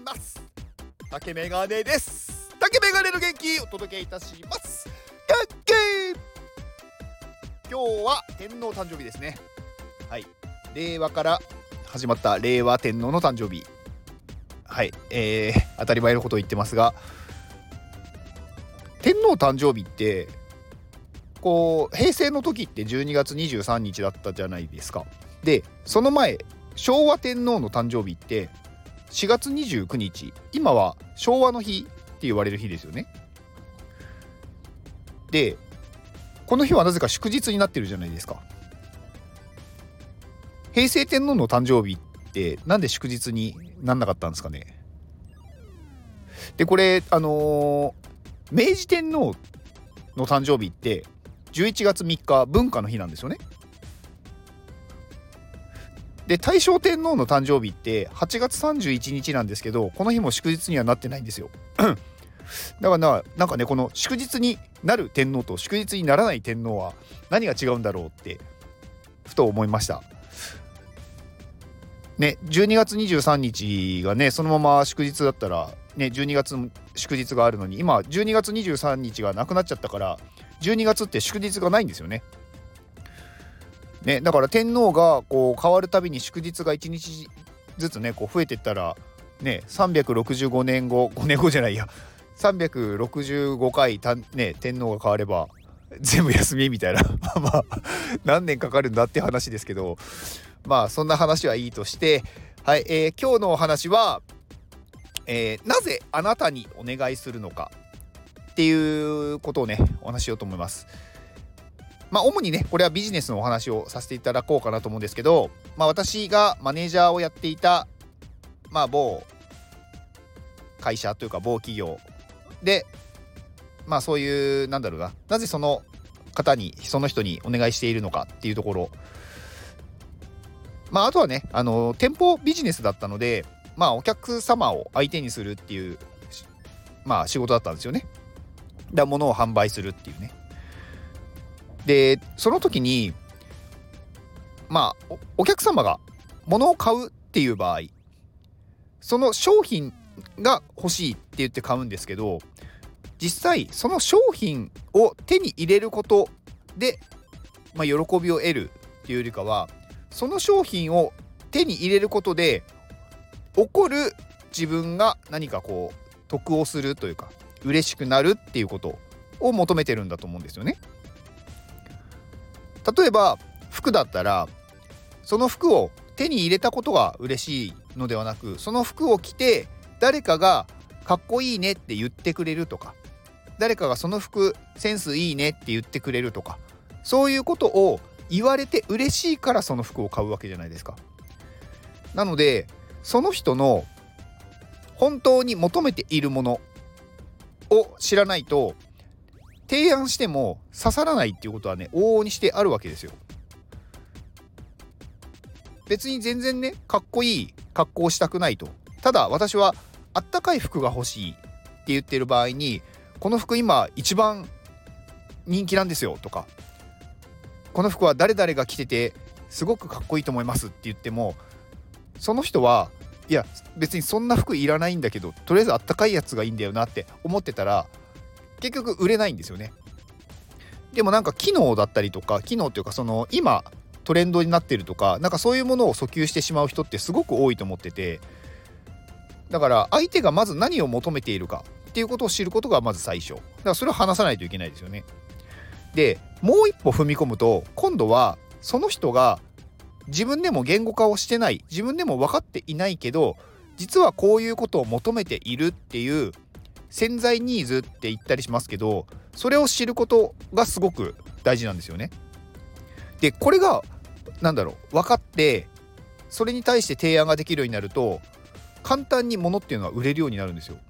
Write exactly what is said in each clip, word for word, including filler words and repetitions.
ます。竹メガネです。竹メガネの元気お届けいたします。元気。今日は天皇誕生日ですね。はい、令和から始まった令和天皇の誕生日。はい、えー、当たり前のことを言ってますが、天皇誕生日ってこう平成の時ってじゅうにがつにじゅうさんにちだったじゃないですか。でその前昭和天皇の誕生日ってしがつにじゅうくにち、今は昭和の日って言われる日ですよね。でこの日はなぜか祝日になってるじゃないですか。平成天皇の誕生日ってなんで祝日になんなかったんですかね。でこれあのー、明治天皇の誕生日ってじゅういちがつみっか文化の日なんですよね。で大正天皇の誕生日ってはちがつさんじゅういちにちなんですけど、この日も祝日にはなってないんですよだからな、なんかねこの祝日になる天皇と祝日にならない天皇は何が違うんだろうってふと思いましたね。じゅうにがつにじゅうさんにちがねそのまま祝日だったらね、じゅうにがつの祝日があるのに今じゅうにがつにじゅうさんにちがなくなっちゃったからじゅうにがつって祝日がないんですよね。ね、だから天皇がこう変わるたびに祝日がいちにちずつねこう増えていったらねさんびゃくろくじゅうごねんごごねんごじゃないやさんびゃくろくじゅうごかいた、ね、天皇が変われば全部休みみたいなまあ何年かかるんだって話ですけど、まあそんな話はいいとして、はい、えー、今日のお話は、えー、なぜあなたにお願いするのかっていうことをねお話ししようと思います。まあ主にねこれはビジネスのお話をさせていただこうかなと思うんですけど、まあ私がマネージャーをやっていたまあ某会社というか某企業で、まあそういうなんだろうな、なぜその方にその人にお願いしているのかっていうところ、まああとはねあの店舗ビジネスだったので、まあお客様を相手にするっていうまあ仕事だったんですよね。だから物を販売するっていうね。でその時にまあ お, お客様が物を買うっていう場合、その商品が欲しいって言って買うんですけど、実際その商品を手に入れることで、まあ、喜びを得るっていうよりかは、その商品を手に入れることで起こる自分が何かこう得をするというか嬉しくなるっていうことを求めてるんだと思うんですよね。例えば服だったらその服を手に入れたことが嬉しいのではなく、その服を着て誰かがかっこいいねって言ってくれるとか、誰かがその服センスいいねって言ってくれるとか、そういうことを言われて嬉しいからその服を買うわけじゃないですか。なのでその人の本当に求めているものを知らないと提案しても刺さらないっていうことはね往々にしてあるわけですよ。別に全然ねかっこいい格好をしたくないと、ただ私はあったかい服が欲しいって言ってる場合に、この服今一番人気なんですよとか、この服は誰々が着ててすごくかっこいいと思いますって言っても、その人はいや別にそんな服いらないんだけどとりあえずあったかいやつがいいんだよなって思ってたら結局売れないんですよね。でもなんか機能だったりとか、機能っていうかその今トレンドになってるとか、なんかそういうものを訴求してしまう人ってすごく多いと思ってて、だから相手がまず何を求めているかっていうことを知ることがまず最初だからそれを話さないといけないですよね。でもう一歩踏み込むと、今度はその人が自分でも言語化をしてない、自分でも分かっていないけど実はこういうことを求めているっていう潜在ニーズって言ったりしますけど、それを知ることがすごく大事なんですよね。でこれがなんだろう分かってそれに対して提案ができるようになると簡単に物っていうのは売れるようになるんですよ。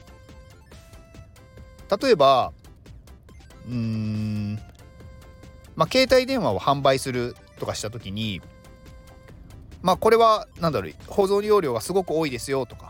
例えばうーんまあ携帯電話を販売するとかした時に、まあこれはなんだろう保存容量がすごく多いですよとか、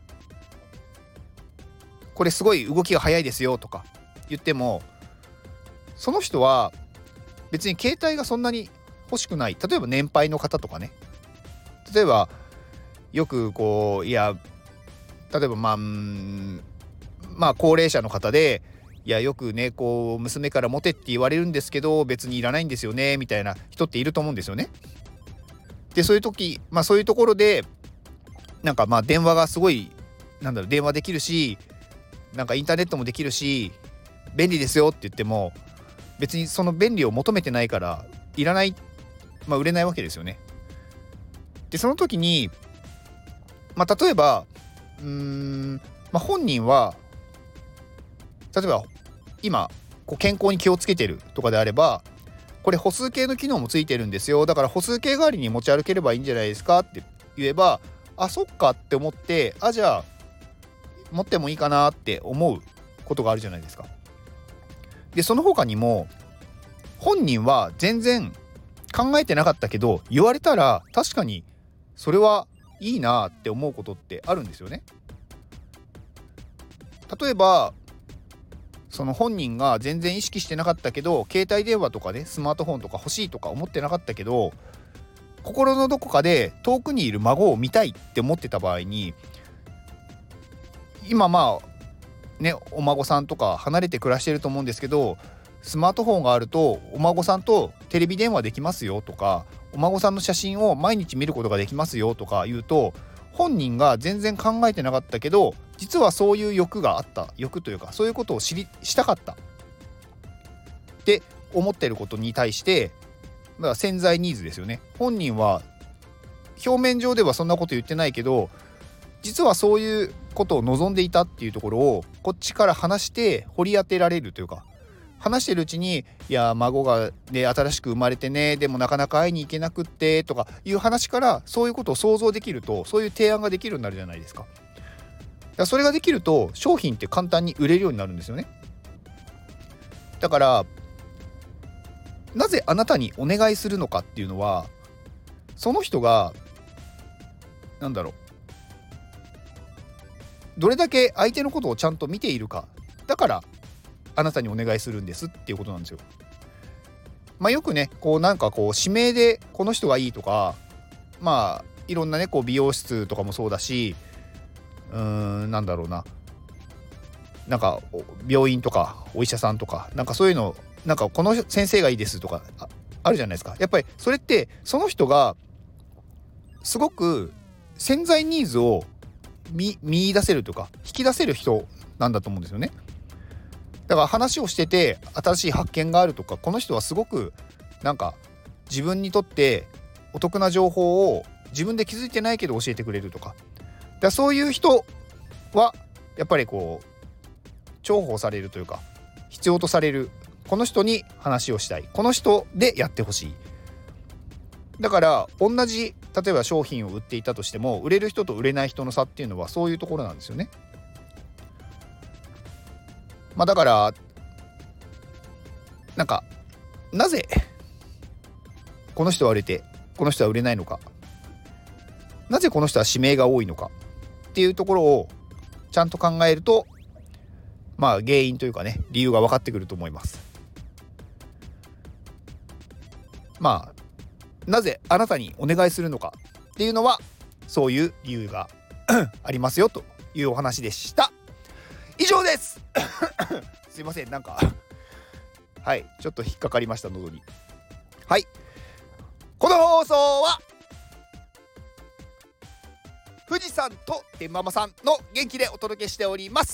これすごい動きが速いですよとか言っても、その人は別に携帯がそんなに欲しくない、例えば年配の方とかね、例えばよくこういや例えばまあうんまあ高齢者の方で、いやよくねこう娘からモテって言われるんですけど別にいらないんですよねみたいな人っていると思うんですよね。でそういう時まあそういうところでなんかまあ電話がすごいなんだろう電話できるしなんかインターネットもできるし便利ですよって言っても別にその便利を求めてないからいらない、まあ、売れないわけですよね。でその時にまあ例えばうーん、まあ、本人は例えば今こう健康に気をつけてるとかであればこれ歩数計の機能もついてるんですよだから歩数計代わりに持ち歩ければいいんじゃないですかって言えばあそっかって思ってあじゃあ持ってもいいかなって思うことがあるじゃないですか。でその他にも本人は全然考えてなかったけど言われたら確かにそれはいいなって思うことってあるんですよね。例えばその本人が全然意識してなかったけど携帯電話とかねスマートフォンとか欲しいとか思ってなかったけど心のどこかで遠くにいる孫を見たいって思ってた場合に今まあねお孫さんとか離れて暮らしてると思うんですけどスマートフォンがあるとお孫さんとテレビ電話できますよとかお孫さんの写真を毎日見ることができますよとか言うと本人が全然考えてなかったけど実はそういう欲があった欲というかそういうことを知りしたかったって思ってることに対してだから潜在ニーズですよね。本人は表面上ではそんなこと言ってないけど実はそういうことを望んでいたっていうところをこっちから話して掘り当てられるというか話してるうちにいや孫がね新しく生まれてねでもなかなか会いに行けなくってとかいう話からそういうことを想像できるとそういう提案ができるようになるじゃないですか。だからそれができると商品って簡単に売れるようになるんですよね。だからなぜあなたにお願いするのかっていうのはその人がなんだろうどれだけ相手のことをちゃんと見ているかだからあなたにお願いするんですっていうことなんですよ。まあよくねこうなんかこう指名でこの人がいいとかまあいろんなねこう美容室とかもそうだしうーんなんだろうななんか病院とかお医者さんとかなんかそういうのなんかこの先生がいいですとか あ, あるじゃないですか。やっぱりそれってその人がすごく潜在ニーズを 見, 見出せるというか引き出せる人なんだと思うんですよね。だから話をしてて新しい発見があるとかこの人はすごくなんか自分にとってお得な情報を自分で気づいてないけど教えてくれるとかだからそういう人はやっぱりこう重宝されるというか必要とされるこの人に話をしたいこの人でやってほしい。だから同じ例えば商品を売っていたとしても売れる人と売れない人の差っていうのはそういうところなんですよね。まあだからなんかなぜこの人は売れてこの人は売れないのかなぜこの人は指名が多いのかっていうところをちゃんと考えるとまあ原因というかね理由が分かってくると思います。まあなぜあなたにお願いするのかっていうのはそういう理由がありますよというお話でした。以上ですすいませんなんかはいちょっと引っかかりました喉に。はいこの放送は富士山と天ママさんの元気でお届けしております。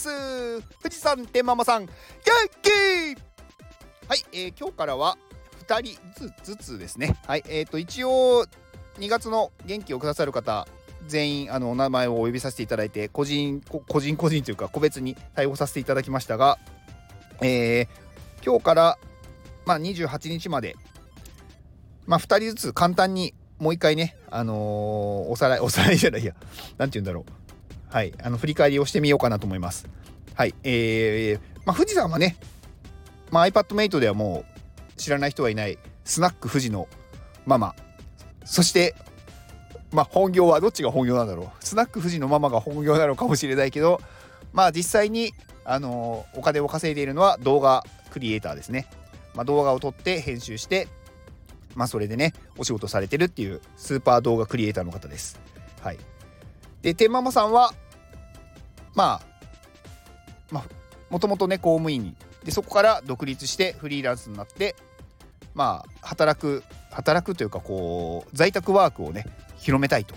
富士山天ママさん元気はい、えー、今日からはふたりずつですね。はいえーと一応にがつの元気をくださる方全員あのお名前をお呼びさせていただいて個人個人個人というか個別に対応させていただきましたが、えー、今日から、まあ、にじゅうはちにちまで、まあ、ふたりずつ簡単にもう一回ね、あのー、おさらいおさらいじゃないやなんて言うんだろうはいあの振り返りをしてみようかなと思います。はいえーまあ、富士山はね、まあ、iPadMate ではもう知らない人はいないスナック富士のママそしてまあ本業はどっちが本業なんだろうスナック富士のママが本業なのかもしれないけどまあ実際に、あのー、お金を稼いでいるのは動画クリエイターですね。まあ、動画を撮って編集してまあそれでねお仕事されてるっていうスーパー動画クリエイターの方です。はいで天ママさんはまあまあもともとね公務員で、そこから独立してフリーランスになって、まあ働く働くというかこう在宅ワークをね広めたいと。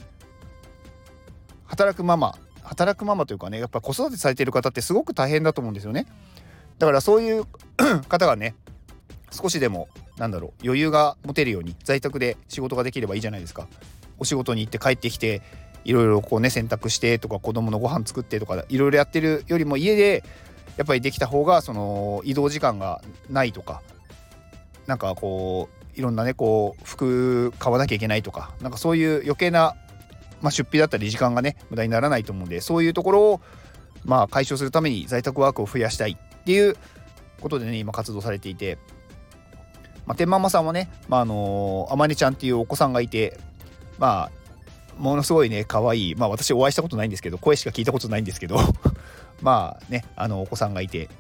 働くママ働くママというかね、やっぱ子育てされている方ってすごく大変だと思うんですよね。だからそういう方がね少しでもなんだろう余裕が持てるように在宅で仕事ができればいいじゃないですか。お仕事に行って帰ってきていろいろこうね洗濯してとか子供のご飯作ってとかいろいろやってるよりも家でやっぱりできた方がその移動時間がないとか、なんかこういろんなねこう服買わなきゃいけないとか、なんかそういう余計な、まあ、出費だったり時間がね無駄にならないと思うんで、そういうところをまあ解消するために在宅ワークを増やしたいっていうことでね今活動されていて、まあ、天ママさんはね、まああのー、あまねちゃんっていうお子さんがいて、まあものすごいね可愛い、まあ私お会いしたことないんですけど、声しか聞いたことないんですけどまあねあのお子さんがいて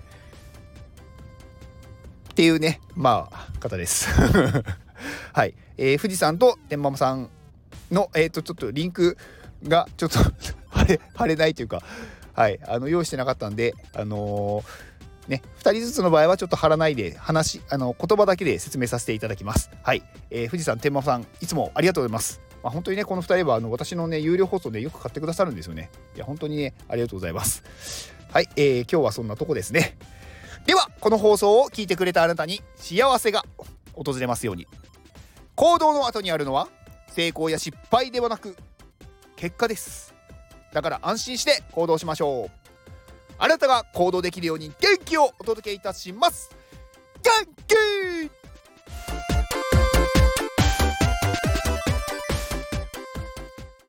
っていうねまあ方ですはい、えー、富士山と天ママさんのえっ、ー、とちょっとリンクがちょっと貼れ貼れないというか、はいあの用意してなかったんで、あのー、ねふたりずつの場合はちょっと貼らないで話あの言葉だけで説明させていただきます。はい、えー、富士山天ママさんいつもありがとうございます。まあ、本当にねこのふたりはあの私のね有料放送でよく買ってくださるんですよね。いや本当にねありがとうございます。はい、えー、今日はそんなとこですね。ではこの放送を聞いてくれたあなたに幸せが訪れますように。行動の後にあるのは成功や失敗ではなく結果です。だから安心して行動しましょう。あなたが行動できるように元気をお届けいたします。元気